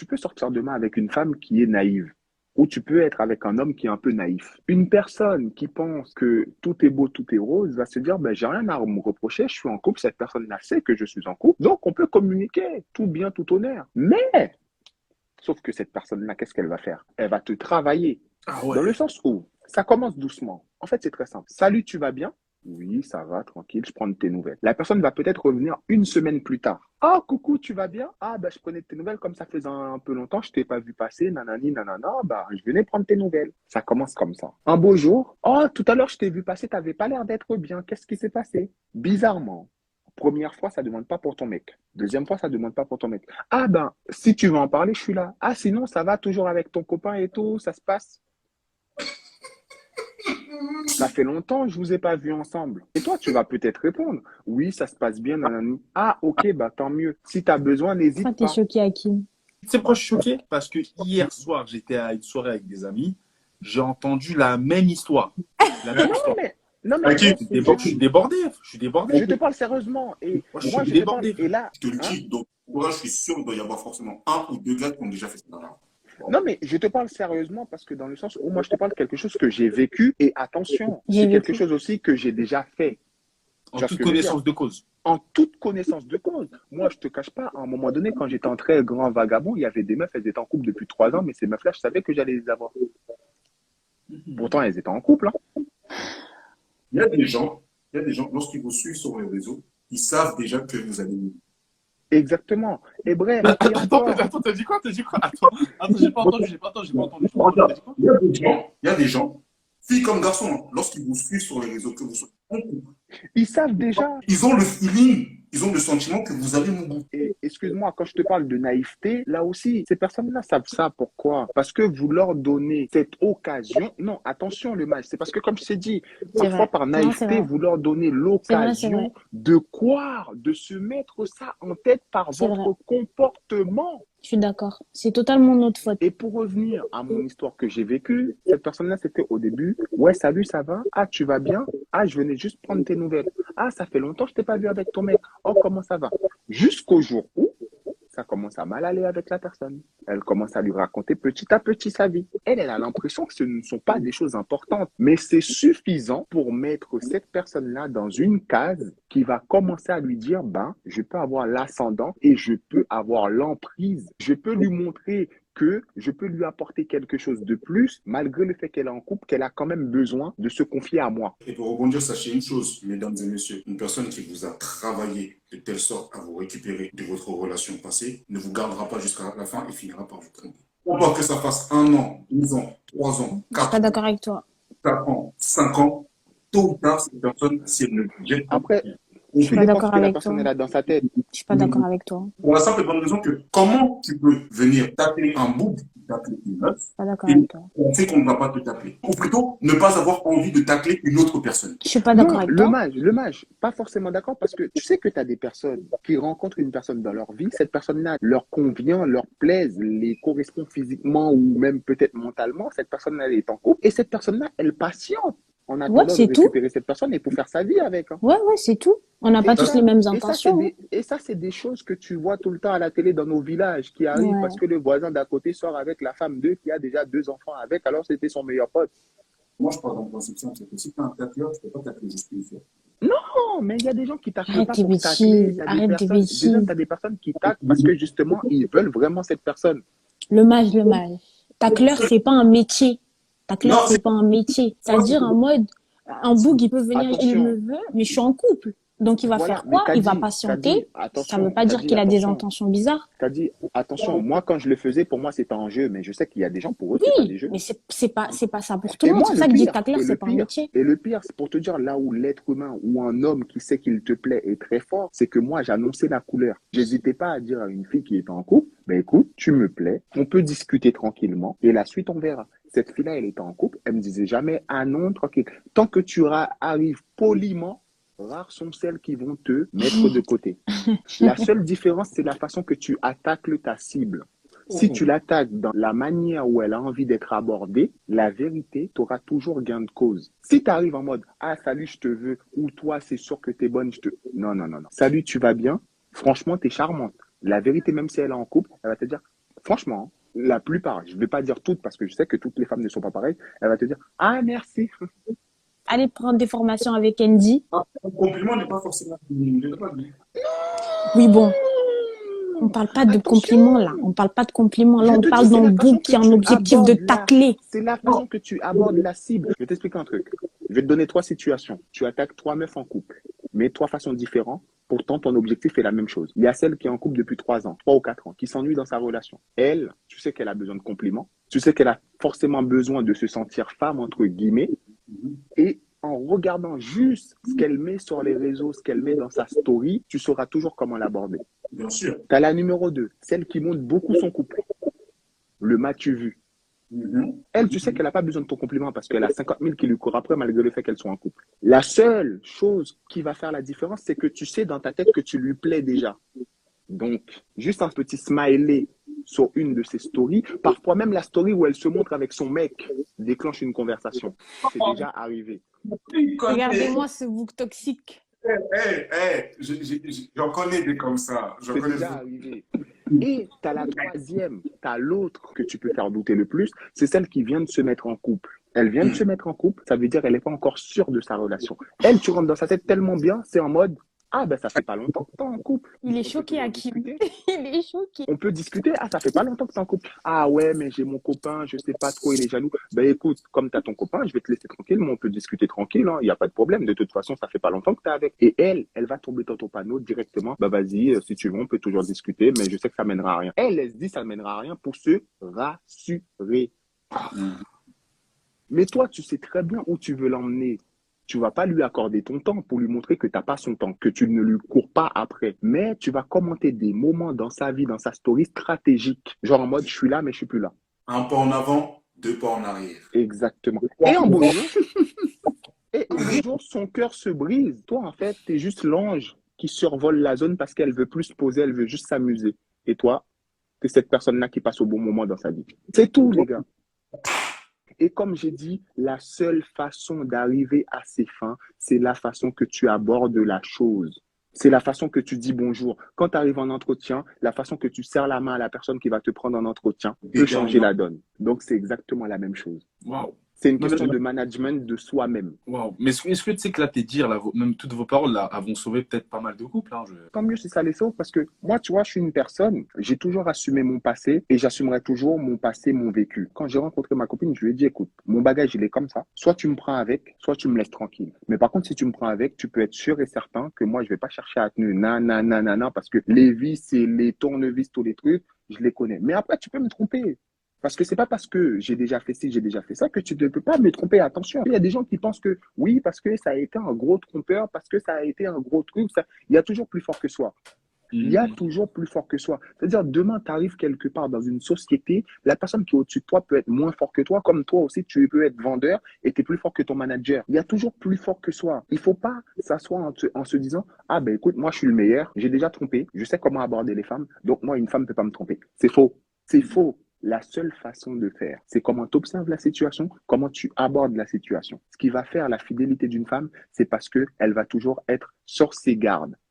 tu peux sortir demain avec une femme qui est naïve. Ou tu peux être avec un homme qui est un peu naïf. Une personne qui pense que tout est beau, tout est rose, va se dire, ben, j'ai rien à me reprocher, je suis en couple, cette personne-là sait que je suis en couple, donc on peut communiquer, tout bien, tout honneur. Mais, sauf que cette personne-là, qu'est-ce qu'elle va faire? Elle va te travailler. Ah Dans le ouais. sens où ça commence doucement. En fait, c'est très simple. Salut, tu vas bien? Oui, ça va, tranquille, je prends de tes nouvelles. La personne va peut-être revenir une semaine plus tard. Ah, coucou, tu vas bien? Ah, bah, je prenais de tes nouvelles comme ça faisait un peu longtemps, je t'ai pas vu passer, nanani, nanana, bah, je venais prendre tes nouvelles. Ça commence comme ça. Un beau jour, oh, tout à l'heure, je t'ai vu passer, t'avais pas l'air d'être bien. Qu'est-ce qui s'est passé? Bizarrement. Première fois, ça demande pas pour ton mec. Deuxième fois, ça demande pas pour ton mec. Ah, ben, si tu veux en parler, je suis là. Ah, sinon, ça va toujours avec ton copain et tout, ça se passe. Ça fait longtemps que je vous ai pas vus ensemble. Et toi, tu vas peut-être répondre. Oui, ça se passe bien, nanani. Ah, ok, bah tant mieux. Si tu as besoin, Pourquoi n'hésite t'es pas. choqué, Hakim? Tu sais pourquoi je suis choqué? Parce que hier soir, j'étais à une soirée avec des amis. J'ai entendu la même histoire. La même Non, histoire. mais, non, mais, Hakim, bro, Je suis débordé. Je suis débordé. je te parle sérieusement. Et Moi, je moi, suis je te parle. débordé, Et frère. là, je te le hein? dis, donc, moi, je suis sûr qu'il doit y avoir forcément un ou deux gars qui ont déjà fait ça. Non, mais je te parle sérieusement parce que dans le sens où moi, je te parle de quelque chose que j'ai vécu. Et attention, J'ai c'est quelque vécu. chose aussi que j'ai déjà fait. Tu En vois ce toute que je veux dire? connaissance de cause. En toute connaissance de cause. Moi, je te cache pas, à un moment donné, quand j'étais un très grand vagabond, il y avait des meufs, elles étaient en couple depuis 3 ans, mais ces meufs-là, je savais que j'allais les avoir. Pourtant, elles étaient en couple, hein. Il y a des gens, lorsqu'ils vous suivent sur les réseaux, ils savent déjà que vous allez. Exactement. Et bref, et Attends, encore, attends, t'as dit quoi? T'as dit quoi? Attends, j'ai pas entendu, j'ai pas entendu, j'ai pas entendu, j'ai pas entendu. T'as dit quoi? Il y a des gens, filles comme garçons, hein, lorsqu'ils vous suivent sur les réseaux, que vous soyez en couple, ils savent déjà. ils ont le feeling, ils ont le sentiment que vous allez mourir. Et excuse-moi, quand je te parle de naïveté, là aussi, ces personnes-là savent ça. Pourquoi? Parce que vous leur donnez cette occasion. Non, attention, le mal. C'est parce que, comme je t'ai dit, C'est parfois vrai. par Non, c'est naïveté, vrai. vous leur donnez C'est vrai, c'est vrai. l'occasion de croire, de se mettre ça en tête par C'est vrai. votre comportement. Je suis d'accord. C'est totalement notre faute. Et pour revenir à mon histoire que j'ai vécue, cette personne-là, c'était au début. Ouais, salut, ça va? Ah, tu vas bien? Ah, je venais juste prendre tes nouvelles. Ah, ça fait longtemps que je t'ai pas vu avec ton mec. Oh, comment ça va? Jusqu'au jour où ça commence à mal aller avec la personne. Elle commence à lui raconter petit à petit sa vie. Elle a l'impression que ce ne sont pas des choses importantes, mais c'est suffisant pour mettre cette personne-là dans une case qui va commencer à lui dire, ben, je peux avoir l'ascendant et je peux avoir l'emprise. Je peux lui montrer que je peux lui apporter quelque chose de plus, malgré le fait qu'elle est en couple, qu'elle a quand même besoin de se confier à moi. Et pour rebondir, sachez une chose, mesdames et messieurs, une personne qui vous a travaillé de telle sorte à vous récupérer de votre relation passée ne vous gardera pas jusqu'à la fin et finira par vous tromper. Ou pas que ça fasse 1 an, 2 ans, 3 ans, Je suis pas 4 ans, d'accord avec toi. 4 ans, 5 ans, tôt ou tard, cette personne, si elle ne vous jette pas, Après, Je suis tout pas dépend ce d'accord que la avec toi. personne elle a dans sa tête. Je suis pas d'accord avec toi. pour la simple et bonne raison que comment tu peux venir taper un bouc, taper une meuf, Je suis pas d'accord et avec toi. on sait qu'on ne va pas te taper. Ou plutôt, ne pas avoir envie de tacler une autre personne. Je suis pas d'accord Non, avec toi. le mage, pas forcément d'accord parce que tu sais que tu as des personnes qui rencontrent une personne dans leur vie, cette personne-là leur convient, leur plaise, les correspond physiquement ou même peut-être mentalement, cette personne-là elle est en couple et cette personne-là elle patiente en Ouais, attendant de c'est tout. récupérer cette personne et pour faire sa vie avec, hein. Ouais, ouais, c'est tout. On n'a pas Et tous ça, les mêmes et ça, c'est intentions, hein. des choses que tu vois tout le temps à la télé dans nos villages qui arrivent parce Ouais. que le voisin d'à côté sort avec la femme d'eux qui a déjà 2 enfants avec, alors c'était son meilleur pote. Moi, je parle dans le principe simple, c'est que si tu as un tacleur, tu ne peux pas tacler juste une fois. Non, mais il y a des gens qui taclent Arrête pas tes pour tacler. bêtises. Arrête tes Déjà, bêtises. tu as des personnes qui taclent parce que justement, ils veulent vraiment cette personne. Le mage, le mage. Tacleur, c'est pas un métier. Tacleur, Non, c'est pas un métier. C'est-à-dire en mode, un boug, il peut venir, il me Attention, veut, mais je suis en couple. Donc il va voilà, faire mais quoi? Il va patienter. Ça veut pas dire qu'il a des intentions bizarres. t'as dit, attention, moi quand je le faisais, pour moi c'était un jeu, mais je sais qu'il y a des gens, pour eux, c'est pas Oui, des jeux. mais c'est pas ça pour tout Et le monde. moi, C'est pour le ça que je dis pire, tacleur, et c'est le pas un pire, métier. et le pire, c'est pour te dire là où l'être humain ou un homme qui sait qu'il te plaît est très fort, c'est que moi j'annonçais la couleur. J'hésitais pas à dire à une fille qui est en couple, ben écoute, tu me plais, on peut discuter tranquillement, et la suite on verra. Cette fille-là, elle était en couple, elle me disait jamais, ah non, tranquille. Tant que arrives poliment, rares sont celles qui vont te mettre de côté. La seule différence, c'est la façon que tu attaques ta cible. Si tu l'attaques dans la manière où elle a envie d'être abordée, la vérité, tu auras toujours gain de cause. Si tu arrives en mode, ah salut, je te veux, ou toi, c'est sûr que tu es bonne, je te... Non, non, non, non. Salut, tu vas bien? Franchement, tu es charmante. La vérité, même si elle est en couple, elle va te dire, Franchement, la plupart, je ne vais pas dire toutes parce que je sais que toutes les femmes ne sont pas pareilles, elle va te dire ah merci. Allez prendre des formations avec Andy. Un compliment n'est pas forcément une blague. Oui, bon, on parle pas de Attention. compliments là. On parle pas de compliments. Là, Je on te parle dis, c'est d'un la façon bouc qui a que un tu objectif de abordes tacler. c'est la façon que tu abordes la cible. Je vais t'expliquer un truc. Je vais te donner 3 situations. Tu attaques 3 meufs en couple, mais 3 façons différentes. Pourtant, ton objectif est la même chose. Il y a celle qui est en couple depuis 3 ans, 3 ou 4 ans, qui s'ennuie dans sa relation. Elle, tu sais qu'elle a besoin de compliments. Tu sais qu'elle a forcément besoin de se sentir femme, entre guillemets. Et en regardant juste ce qu'elle met sur les réseaux, ce qu'elle met dans sa story, tu sauras toujours comment l'aborder. Bien sûr. Tu as la numéro 2, celle qui montre beaucoup son couple. Le m'as-tu vu? Elle, tu sais qu'elle n'a pas besoin de ton compliment parce qu'elle a 50 000 qui lui courent après malgré le fait qu'elle soit en couple. La seule chose qui va faire la différence, c'est que tu sais dans ta tête que tu lui plais déjà. Donc, juste un petit smiley sur une de ses stories, parfois même la story où elle se montre avec son mec déclenche une conversation. C'est déjà arrivé. Regardez-moi ce bouc toxique. J'en connais des comme ça. J'en C'est connais déjà des- arrivé. Et tu as la troisième, tu as l'autre que tu peux faire douter le plus, c'est celle qui vient de se mettre en couple. Elle vient de se mettre en couple, ça veut dire qu'elle n'est pas encore sûre de sa relation. Elle, tu rentres dans sa tête tellement bien, c'est en mode ah ben ça fait pas longtemps que t'es en couple. Il est On peut choqué, toujours Hakim. discuter. Il est choqué. On peut discuter, ah ça fait pas longtemps que t'es en couple. Ah ouais mais j'ai mon copain, je sais pas trop, il est jaloux. Ben écoute, comme t'as ton copain, je vais te laisser tranquille, mais on peut discuter tranquille, il n'y a pas de problème. De toute façon, ça fait pas longtemps que t'es avec. Et elle va tomber dans ton panneau directement. Bah vas-y, si tu veux, on peut toujours discuter, mais je sais que ça mènera à rien. Elle se dit ça ne mènera à rien pour se rassurer. Mais toi, tu sais très bien où tu veux l'emmener. Tu vas pas lui accorder ton temps pour lui montrer que tu n'as pas son temps, que tu ne lui cours pas après. Mais tu vas commenter des moments dans sa vie, dans sa story stratégique. Genre en mode, je suis là, mais je suis plus là. Un pas en avant, 2 pas en arrière. Exactement. Et un beau jour, son cœur se brise. Toi, en fait, tu es juste l'ange qui survole la zone parce qu'elle veut plus se poser, elle veut juste s'amuser. Et toi, tu es cette personne-là qui passe au bon moment dans sa vie. C'est tout, les gars. Et comme j'ai dit, la seule façon d'arriver à ses fins, c'est la façon que tu abordes la chose. C'est la façon que tu dis bonjour. Quand tu arrives en entretien, la façon que tu serres la main à la personne qui va te prendre en entretien peut changer la donne. Donc, c'est exactement la même chose. Waouh. C'est une question de management de soi-même. Waouh. Mais est-ce que tu sais que là, tes dires, là, même toutes vos paroles, là, vont sauver peut-être pas mal de couples, hein, Tant mieux si ça les sauve parce que moi, tu vois, je suis une personne, j'ai toujours assumé mon passé et j'assumerai toujours mon passé, mon vécu. Quand j'ai rencontré ma copine, je lui ai dit, écoute, mon bagage, il est comme ça. Soit tu me prends avec, soit tu me laisses tranquille. Mais par contre, si tu me prends avec, tu peux être sûr et certain que moi, je vais pas chercher à tenir nanana parce que les vis et les tournevis, tous les trucs, je les connais. Mais après, tu peux me tromper. Parce que c'est pas parce que j'ai déjà fait ci, j'ai déjà fait ça que tu ne peux pas me tromper. Attention, il y a des gens qui pensent que oui, parce que ça a été un gros trompeur, parce que ça a été un gros truc, il y a toujours plus fort que soi. Il y a toujours plus fort que soi. C'est-à-dire, demain, tu arrives quelque part dans une société, la personne qui est au-dessus de toi peut être moins fort que toi, comme toi aussi, tu peux être vendeur et tu es plus fort que ton manager. Il y a toujours plus fort que soi. Il ne faut pas s'asseoir en se disant, ah ben écoute, moi je suis le meilleur, j'ai déjà trompé, je sais comment aborder les femmes, donc moi une femme ne peut pas me tromper. C'est faux. C'est faux. La seule façon de faire, c'est comment tu observes la situation, comment tu abordes la situation. Ce qui va faire la fidélité d'une femme, c'est parce qu'elle va toujours être sur ses gardes.